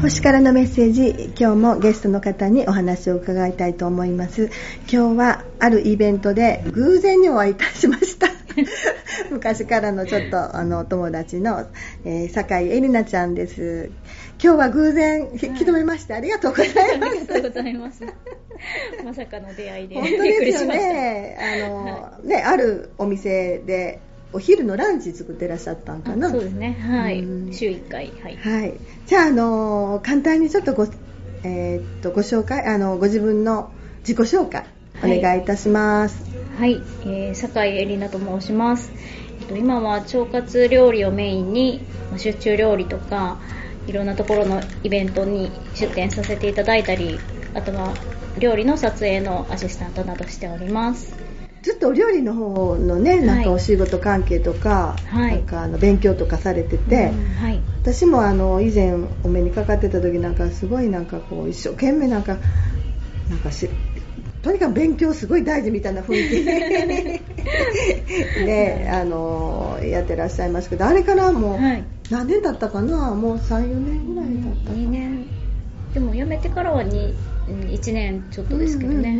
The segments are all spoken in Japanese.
星からのメッセージ、今日もゲストの方にお話を伺いたいと思います。今日はあるイベントで偶然にお会いいたしました昔からのちょっとお友達の、酒井絵里奈ちゃんです。今日は偶然引き止めまして、ありがとうございます。 ありがとうございますまさかの出会いで本当ですよね。ね、あるお店でお昼のランチ作ってらっしゃったんかな。 そうですね、はい、週1回、はい、 はい、じゃあ、簡単にちょっとご紹介、ご自分の自己紹介お願いいたします。 はい、酒井絵里奈と申します。今は腸活料理をメインに出張料理とかいろんなところのイベントに出店させていただいたり、あとは料理の撮影のアシスタントなどしております。 ずっとお料理の方のね、なんかお仕事関係とか、はい、なんか勉強とかされてて、はい、私も以前お目にかかってた時なんかすごいなんかこう一生懸命なんかとにかく勉強すごい大事みたいな雰囲気で、やってらっしゃいますけど、あれからもう何年経ったかな、もう 3,4 年ぐらい経ったかな。 2年でも辞めてからは1年ちょっとですけどね。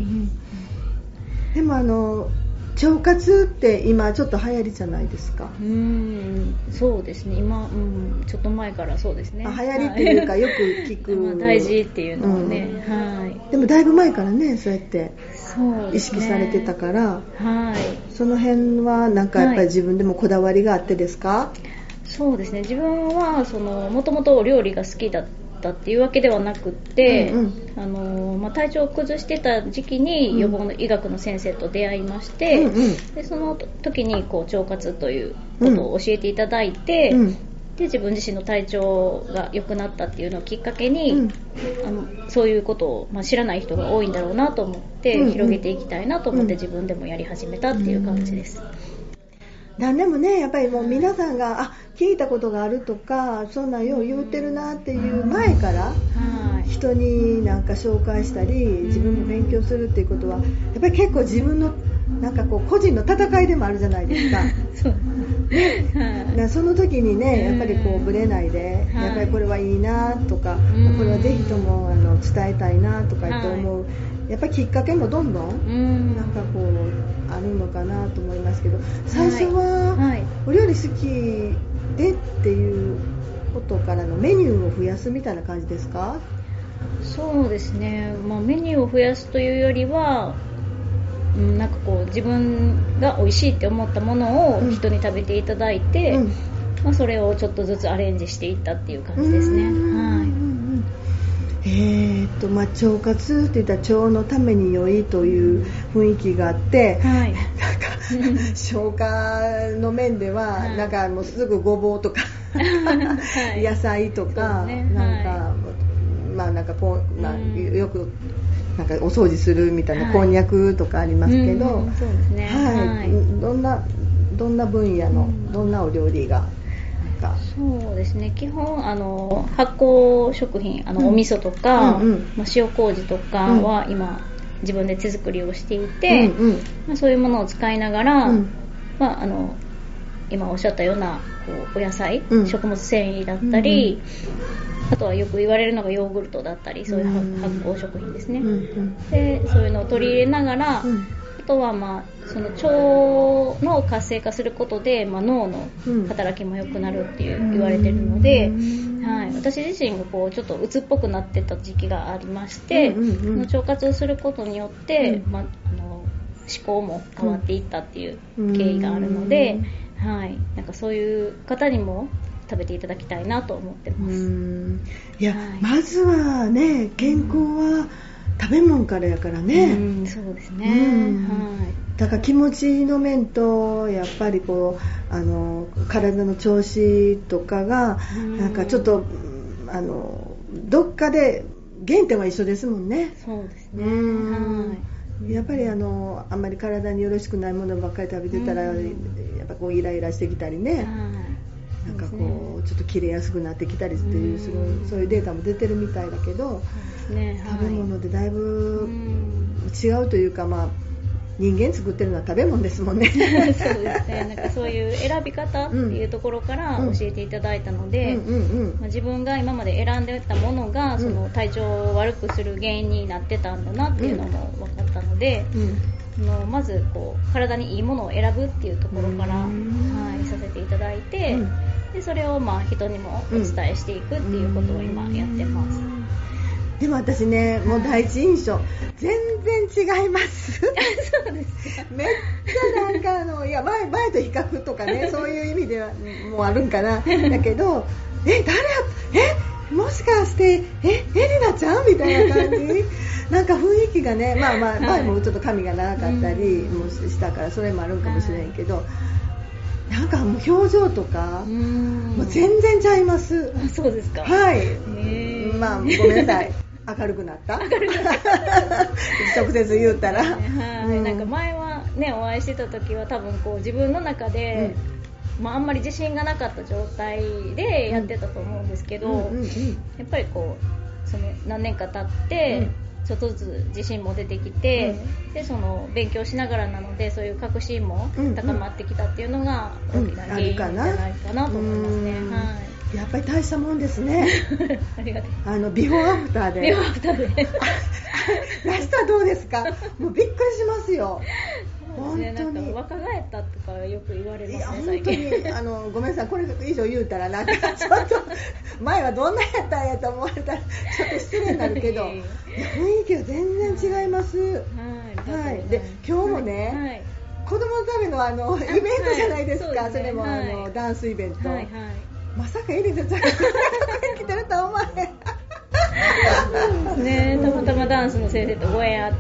でも腸活って今ちょっと流行りじゃないですか。 そうですね、今、ちょっと前からそうですね。 流行りっていうかよく聞く大事っていうのはね、はい。 でもだいぶ前からね、そうやってそうですね、 意識されてたから、 はい、 その辺はなんかやっぱり自分でもこだわりがあってですか？ そうですね、自分はもともとお料理が好きだったっていうわけではなくって、体調を崩してた時期に予防の医学の先生と出会いまして、でその時に腸活ということを教えていただいて、で自分自身の体調が良くなったっていうのをきっかけに、そういうことを、知らない人が多いんだろうなと思って、広げていきたいなと思って自分でもやり始めたっていう感じです。 何でもね、やっぱりもう皆さんが聞いたことがあるとか、そんなんよう言うてるなっていう前から人になんか紹介したり自分も勉強するっていうことはやっぱり結構自分のなんかこう個人の戦いでもあるじゃないですか。その時にね、やっぱりこうブレないで、やっぱりこれはいいなとか、これはぜひとも伝えたいなとかって思う、やっぱりきっかけもどんどんなんかこうあるのかなと思いますけど、最初はお料理好きでっていうことからのメニューを増やすみたいな感じですか？ そうですね、メニューを増やすというよりは、なんかこう自分が美味しいって思ったものを人に食べていただいて、それをちょっとずつアレンジしていったっていう感じですね。 腸活って言ったら腸のために良いという雰囲気があって、なんか消化の面では、なんかもうすぐごぼうとか野菜とか、なんかなんかこう、よくなんかお掃除するみたいなこんにゃくとかありますけど、 そうですね、 どんな分野のどんなお料理がそうですね、基本発酵食品、お味噌とか、塩麹とかは今自分で手作りをしていて、そういうものを使いながら、今おっしゃったようなお野菜、食物繊維だったり、あとはよく言われるのがヨーグルトだったり、そういう発酵食品ですね。でそういうのを取り入れながら、あとはその腸の活性化することで、脳の働きも良くなるって言われてるので、私自身がちょっと鬱っぽくなってた時期がありまして、腸活をすることによって、思考も変わっていったっていう経緯があるので、なんかそういう方にも食べていただきたいなと思ってます。 いや、まずはね、健康は食べ物からやからね。 そうですね。 だから気持ちの面とやっぱり体の調子とかがなんかちょっとどっかで原点は一緒ですもんね。 そうですね。 やっぱりあんまり体によろしくないものばっかり食べてたら、やっぱイライラしてきたりね。なんかちょっと切れやすくなってきたりっていう、そういうデータも出てるみたいだけど、食べ物でだいぶ違うというか、 人間作ってるのは食べ物ですもんね。 そうですね。なんかそういう選び方っていうところから教えていただいたので、自分が今まで選んでたものがその体調を悪くする原因になってたんだなっていうのも分かったので、まずこう体にいいものを選ぶっていうところから、はい、させていただいて、でそれを人にもお伝えしていくっていうことを今やってます。 でも私ね、もう第一印象全然違います。 そうですか。 めっちゃなんかいや前と比較とかね、そういう意味ではもうあるんかな。だけどもしかしてエレナちゃんみたいな感じ。なんか雰囲気がね、前もちょっと髪が長かったりもしたからそれもあるんかもしれんけど、なんかもう表情とかもう全然ちゃいます。 あ、そうですか。 はい。ごめんなさい。明るくなった直接言うたら、 なんか前はねお会いしてた時は多分こう自分の中で、あんまり自信がなかった状態でやってたと思うんですけど、やっぱりこうその何年か経って、ちょっとずつ自信も出てきて、でその勉強しながらなのでそういう確信も高まってきたっていうのが大きな原因じゃないかなと思いますね。 やっぱり大したもんですね。 ありがとう。 ビフォーアフターで。 ビフォーアフターで。 明日どうですか？もうびっくりしますよ。 本当に。なんか若返ったとかよく言われますね。 本当にごめんなさい、これ以上言うたらなんかちょっと前はどんなやったんやと思われたらちょっと失礼になるけど、雰囲気は全然違います。はい。で今日もね、子供のためのイベントじゃないですか。それもダンスイベント。まさかエリザちゃんが来てるとは思わへん。 ね、たまたまダンスの先生とご縁あって、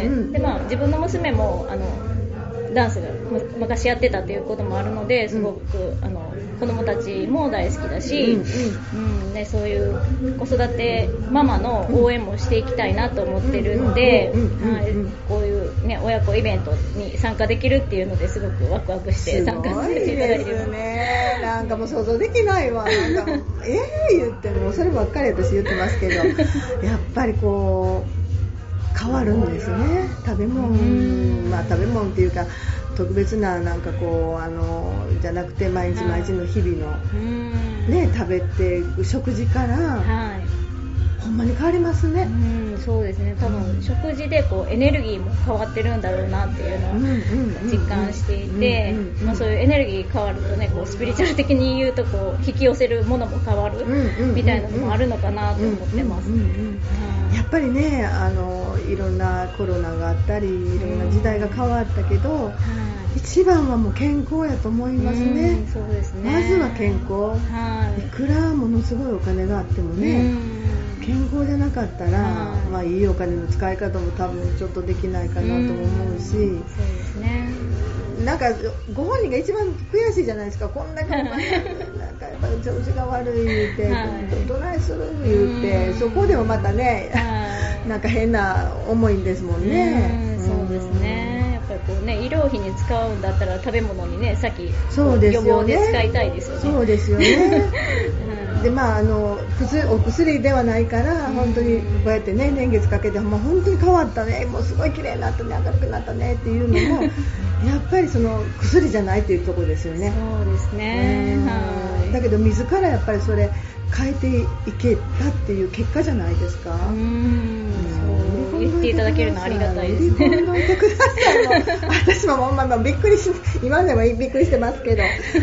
で自分の娘もダンスが昔やってたっていうこともあるので、すごく子供たちも大好きだし、そういう子育てママの応援もしていきたいなと思ってるので、こういうね親子イベントに参加できるっていうのですごくワクワクして参加させていただいてます。 すごいですね。なんかもう想像できないわ。なんか言ってもそればっかり私言ってますけど、やっぱりこう変わるんですね。食べ物っていうか特別ななんかこうじゃなくて毎日の日々のね食べて食事から、ほんまに変わりますね。 そうですね。多分食事でこうエネルギーも変わってるんだろうなっていうのを実感していて、そういうエネルギー変わるとね、こうスピリチュアル的に言うとこう引き寄せるものも変わるみたいなのもあるのかなと思ってます。 やっぱりねいろんなコロナがあったりいろんな時代が変わったけど、一番はもう健康やと思いますね。 そうですね。 まずは健康。いくらものすごいお金があってもね、健康じゃなかったら、いいお金の使い方も多分ちょっとできないかなとも思うし、そうですね。 なんかご本人が一番悔しいじゃないですか。こんだけなんかやっぱ調子が悪い言うて、どないする言うて、そこでもまたね、なんか変な思いですもんね。 そうですね。やっぱりこうね、医療費に使うんだったら食べ物にね、さっき予防で使いたいですよね。 そうですよね。でお薬ではないから本当にこうやってね年月かけて本当に変わったね、もうすごい綺麗になったね、明るくなったねっていうのもやっぱりその薬じゃないというところですよね。 そうですね。 だけど自らやっぱりそれ変えていけたっていう結果じゃないですか。 そう言っていただけるのはありがたいですね。 売り込んでいてください。私もびっくりし今でもびっくりしてますけど。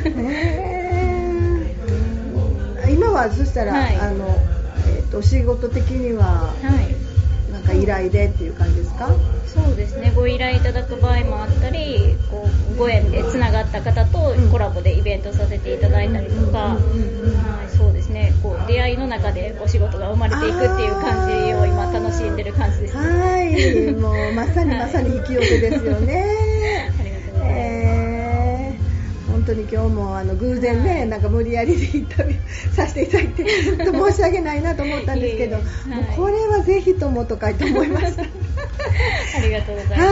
今はそしたら、お仕事的には、なんか依頼でっていう感じですか？ そうですね。ご依頼いただく場合もあったり、こうご縁でつながった方とコラボでイベントさせていただいたりとか、そうですね。こう出会いの中でお仕事が生まれていくっていう感じを今楽しんでる感じですね。 もうまさに引き寄せですよね。 ありがとうございます。 本当に今日も偶然ね、なんか無理やりインタビューさせていただいて申し訳ないなと思ったんですけど、もうこれはぜひともとかと思いました。 ありがとうございます。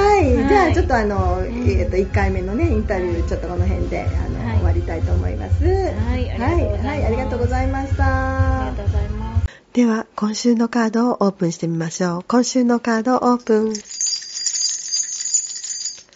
じゃあちょっと1回目のねインタビューちょっとこの辺で終わりたいと思います。ありがとうございました。 ありがとうございます。 では今週のカードをオープンしてみましょう。今週のカードオープン。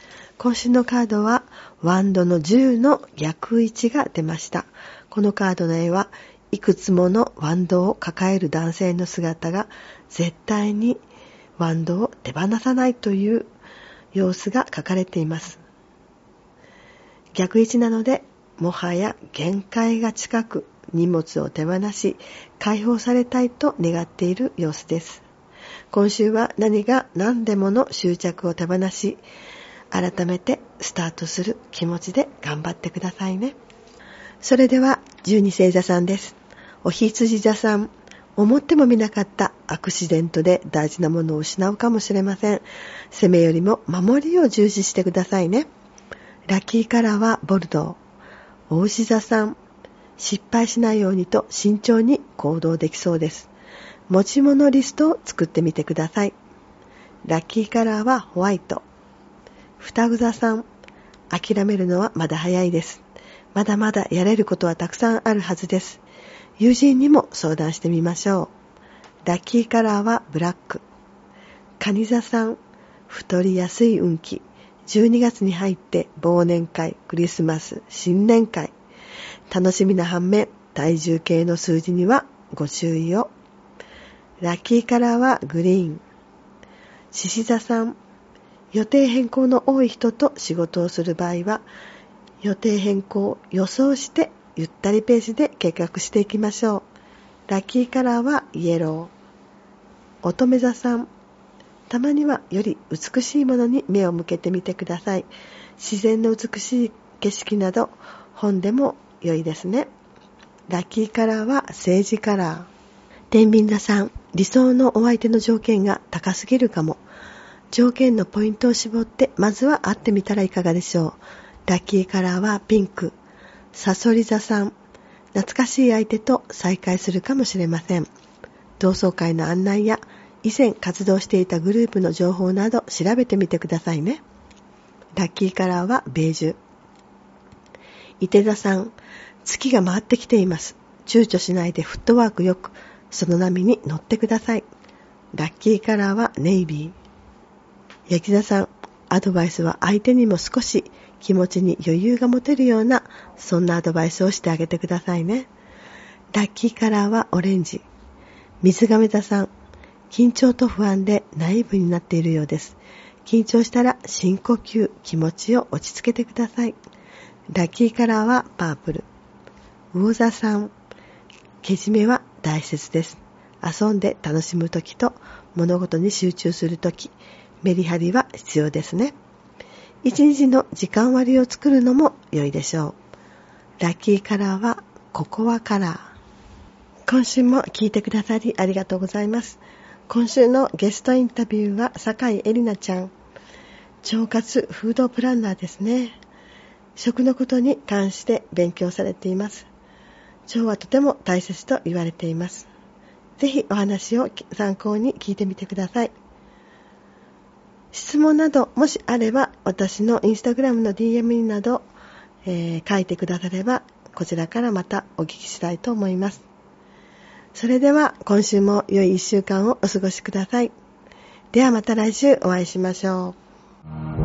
今週のカードはワンドの10の逆位置が出ました。このカードの絵はいくつものワンドを抱える男性の姿が絶対にワンドを手放さないという様子が書かれています。逆位置なのでもはや限界が近く、荷物を手放し解放されたいと願っている様子です。今週は何が何でもの執着を手放し、改めてスタートする気持ちで頑張ってくださいね。それでは12星座さんです。お羊座さん、思ってもみなかったアクシデントで大事なものを失うかもしれません。攻めよりも守りを重視してくださいね。ラッキーカラーはボルドー。お牛座さん、失敗しないようにと慎重に行動できそうです。持ち物リストを作ってみてください。ラッキーカラーはホワイト。双子座さん、諦めるのはまだ早いです。まだまだやれることはたくさんあるはずです。友人にも相談してみましょう。ラッキーカラーはブラック。蟹座さん、太りやすい運気。12月に入って忘年会、クリスマス、新年会。楽しみな反面、体重計の数字にはご注意を。ラッキーカラーはグリーン。獅子座さん、予定変更の多い人と仕事をする場合は、予定変更を予想してゆったりペースで計画していきましょう。ラッキーカラーはイエロー。乙女座さん、たまにはより美しいものに目を向けてみてください。自然の美しい景色など本でも良いですね。ラッキーカラーはセージカラー。天秤座さん、理想のお相手の条件が高すぎるかも。条件のポイントを絞ってまずは会ってみたらいかがでしょう。ラッキーカラーはピンク。さそり座さん、懐かしい相手と再会するかもしれません。同窓会の案内や以前活動していたグループの情報など調べてみてくださいね。ラッキーカラーはベージュ。いて座さん、月が回ってきています。躊躇しないでフットワークよくその波に乗ってください。ラッキーカラーはネイビー。ヤギ座さん、アドバイスは相手にも少し気持ちに余裕が持てるような、そんなアドバイスをしてあげてくださいね。ラッキーカラーはオレンジ。水亀座さん、緊張と不安でナイーブになっているようです。緊張したら深呼吸、気持ちを落ち着けてください。ラッキーカラーはパープル。魚座さん、けじめは大切です。遊んで楽しむときと物事に集中するとき、メリハリは必要ですね。一日の時間割を作るのも良いでしょう。ラッキーカラーはココアカラー。今週も聞いてくださりありがとうございます。今週のゲストインタビューは酒井絵里奈ちゃん。腸活フードプランナーですね。食のことに関して勉強されています。腸はとても大切と言われています。ぜひお話を参考に聞いてみてください。質問などもしあれば私のインスタグラムの DM になど、書いてくださればこちらからまたお聞きしたいと思います。それでは今週も良い1週間をお過ごしください。ではまた来週お会いしましょう。